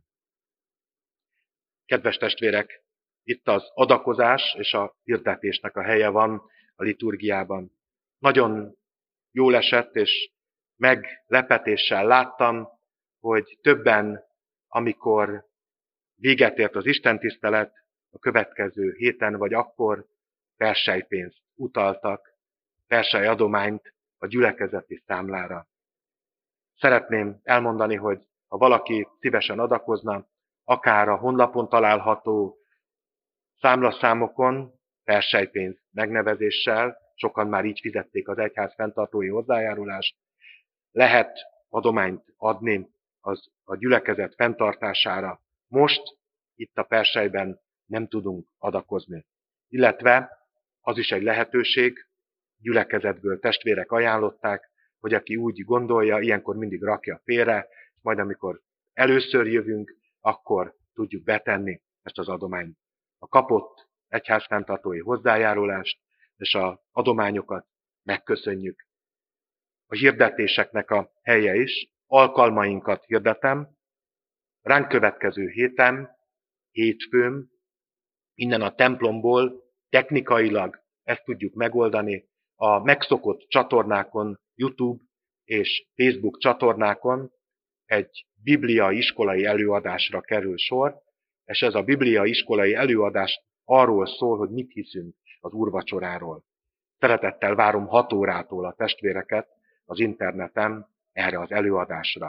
Kedves testvérek, itt az adakozás és a hirdetésnek a helye van a liturgiában. Nagyon jól esett, és meglepetéssel láttam, hogy többen, amikor véget ért az istentisztelet, a következő héten vagy akkor persejpénzt utaltak, persely adományt a gyülekezeti számlára. Szeretném elmondani, hogy ha valaki szívesen adakozna, akár a honlapon található számlaszámokon, persejpénz megnevezéssel, sokan már így fizették az egyház fenntartói hozzájárulást, lehet adományt adni az a gyülekezet fenntartására. Most itt a persejben nem tudunk adakozni. Illetve az is egy lehetőség, gyülekezetből testvérek ajánlották, hogy aki úgy gondolja, ilyenkor mindig rakja félre, és majd amikor először jövünk, akkor tudjuk betenni ezt az adományt. A kapott egyházfenntartói hozzájárulást és az adományokat megköszönjük. A hirdetéseknek a helye is, alkalmainkat hirdetem, ránk következő héten, hétfőn, innen a templomból technikailag ezt tudjuk megoldani, a megszokott csatornákon, YouTube és Facebook csatornákon egy Biblia iskolai előadásra kerül sor, és ez a Biblia iskolai előadás arról szól, hogy mit hiszünk az úrvacsoráról. Szeretettel várom hat órától a testvéreket az interneten erre az előadásra.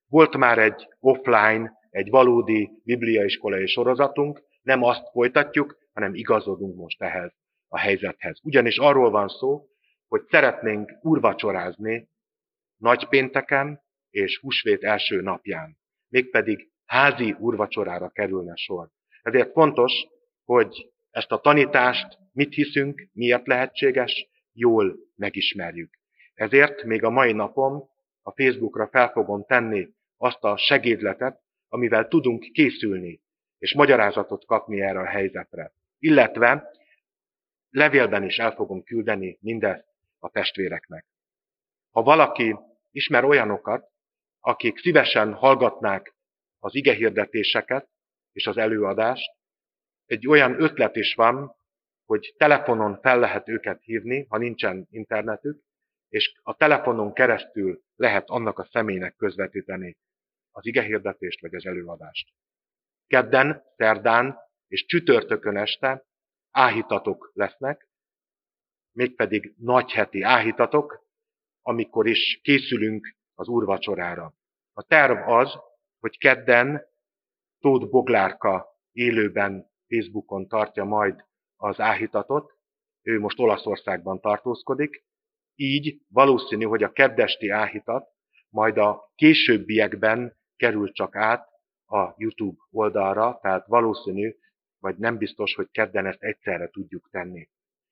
Volt már egy offline, egy valódi bibliaiskolai sorozatunk, nem azt folytatjuk, hanem igazodunk most ehhez a helyzethez. Ugyanis arról van szó, hogy szeretnénk úrvacsorázni nagypénteken és húsvét első napján. Mégpedig házi úrvacsorára kerülne sor. Ezért fontos, hogy ezt a tanítást, mit hiszünk, miért lehetséges, jól megismerjük. Ezért még a mai napon a Facebookra fel fogom tenni azt a segédletet, amivel tudunk készülni, és magyarázatot kapni erre a helyzetre. Illetve levélben is el fogom küldeni mindezt a testvéreknek. Ha valaki ismer olyanokat, akik szívesen hallgatnák az igehirdetéseket és az előadást, egy olyan ötlet is van, hogy telefonon fel lehet őket hívni, ha nincsen internetük, és a telefonon keresztül lehet annak a személynek közvetíteni az igehirdetést vagy az előadást. Kedden, szerdán és csütörtökön este áhítatok lesznek, mégpedig nagyheti áhítatok, amikor is készülünk az úrvacsorára. A terv az, hogy kedden Tóth Boglárka élőben Facebookon tartja majd az áhítatot, ő most Olaszországban tartózkodik, így valószínű, hogy a keddesti áhítat majd a későbbiekben kerül csak át a YouTube oldalra, tehát valószínű, vagy nem biztos, hogy kedden ezt egyszerre tudjuk tenni.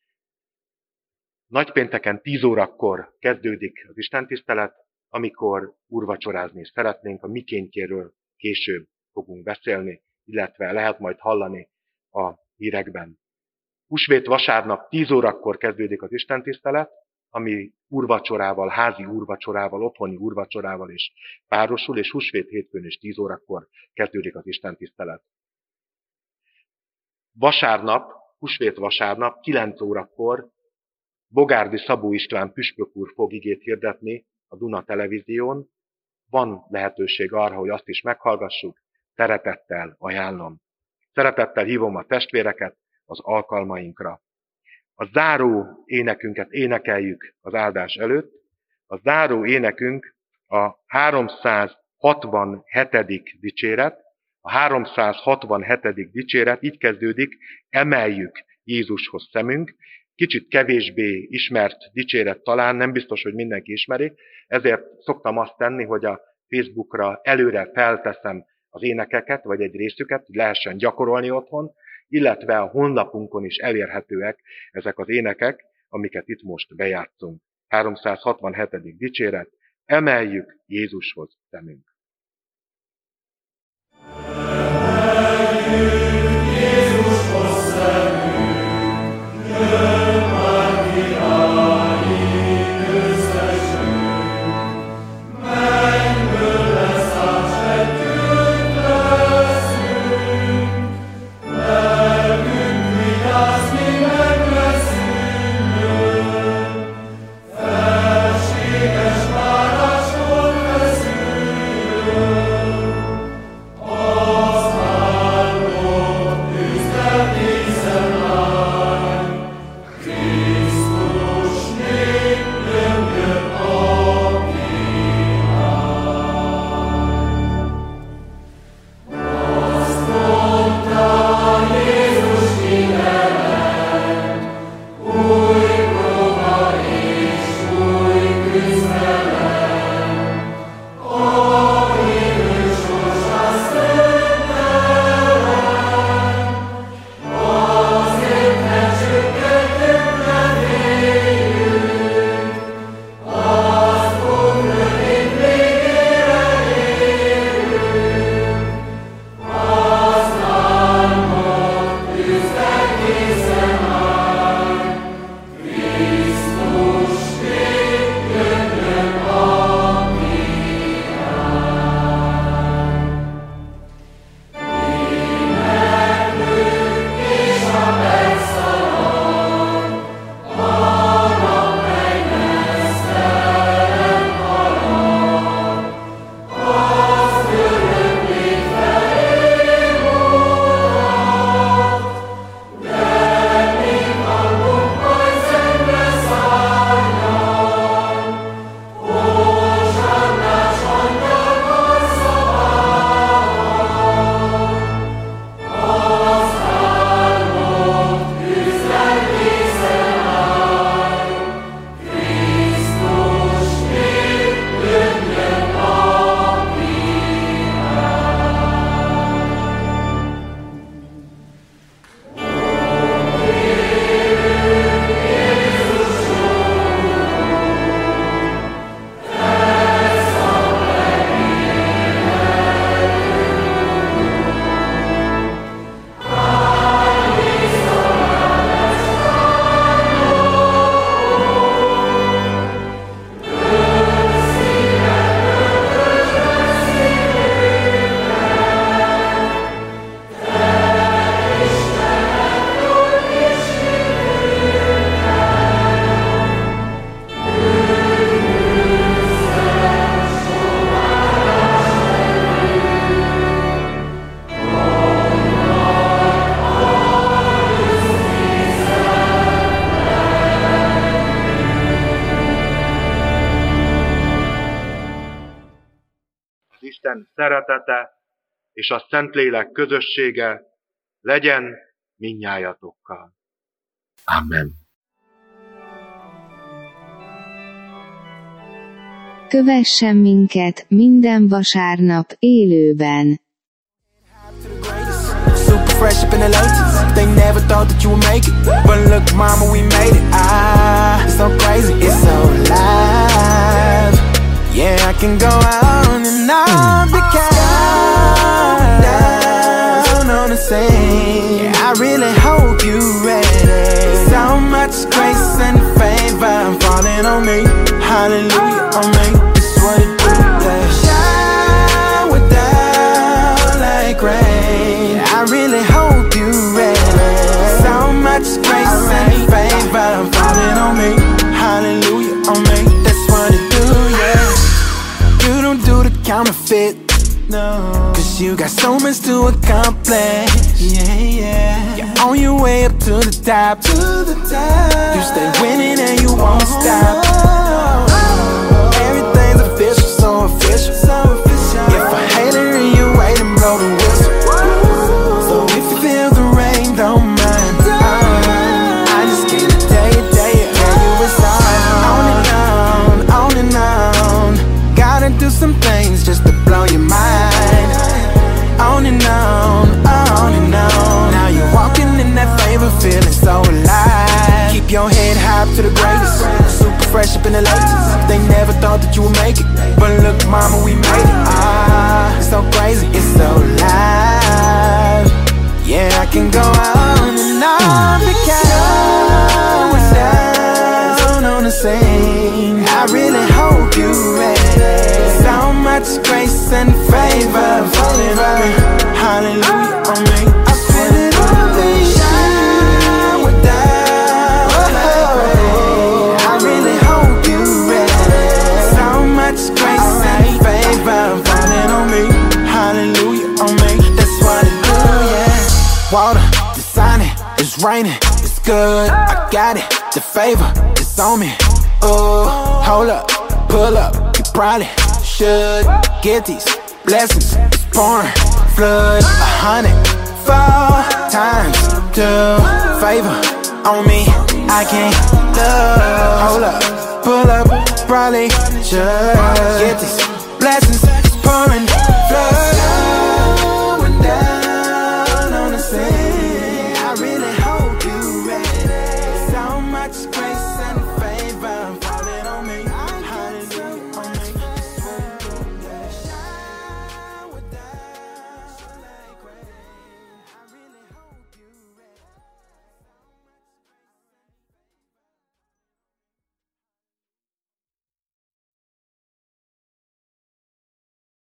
Nagypénteken tíz órakor kezdődik az istentisztelet, amikor úrvacsorázni is szeretnénk, a mikéntjéről később fogunk beszélni, illetve lehet majd hallani a hírekben. Húsvét vasárnap tíz órakor kezdődik az istentisztelet, ami úrvacsorával, házi úrvacsorával, otthoni úrvacsorával is párosul, és húsvét hétfőn is tíz órakor kezdődik az istentisztelet. Vasárnap, húsvét vasárnap, kilenc órakor Bogárdi Szabó István püspök úr fog igét hirdetni a Duna televízión. Van lehetőség arra, hogy azt is meghallgassuk, szeretettel ajánlom. Szeretettel hívom a testvéreket az alkalmainkra. A záró énekünket énekeljük az áldás előtt. A záró énekünk a háromszázhatvanhetedik dicséret. A háromszázhatvanhetedik dicséret így kezdődik, emeljük Jézushoz szemünk. Kicsit kevésbé ismert dicséret talán, nem biztos, hogy mindenki ismeri, ezért szoktam azt tenni, hogy a Facebookra előre felteszem az énekeket, vagy egy részüket, hogy lehessen gyakorolni otthon, illetve a honlapunkon is elérhetőek ezek az énekek, amiket itt most bejátszunk. háromszázhatvanhetedik dicséret, emeljük Jézushoz szemünk. Felséges várásról feszüljön, Isten szeretete és a Szentlélek közössége legyen mindnyájatokkal. Amen. Kövessen minket minden vasárnap élőben. Super fresh up in the latest. They never thought that you would make it, but look, mama, we made it. Ah, it's so crazy, it's so live. Yeah, I can go on and on because down on the scene. Yeah, I really hope you ready. So much grace and favor falling on me. Hallelujah on me. This is what it do. Yeah. Shower down like rain. I really hope you ready. So much grace and favor falling on me. Hallelujah on me. That's what it do, yeah. You don't do the counterfeit, no. Cause you got so much to accomplish. Yeah, yeah. You're on your way up to the top. To the top. You stay winning and you won't stop. Everything's official, so official. So official. If I hate it in your way, then blow the whistle. So if you feel the rain, don't mind. uh, I just came to tell you, tell you, tell you it's all on and on, on and on. Gotta do some things just to blow your mind. On and on, on and on. Now you're walking in that favor, feeling so alive. Keep your head high to the greatest. Super fresh up in the latest. They never thought that you would make it, but look, mama, we made it. Ah, it's so crazy, it's so live. Yeah, I can go on and on because we're down on the scene. I really hope you're ready. So much grace and favor falling on me. Hallelujah on me. I feel it on me. Shower down like rain. I really hope you're ready. So much grace and favor falling on me. Hallelujah on me. That's what it do, yeah. Water, the signing, it's raining, it's good. I got it, the favor, it's on me. Oh, hold up, pull up, you probably should get these blessings. It's pouring, flood, a hundred, four times, two, favor on me. I can't love. Hold up, pull up, probably should get these blessings. It's pouring, flood.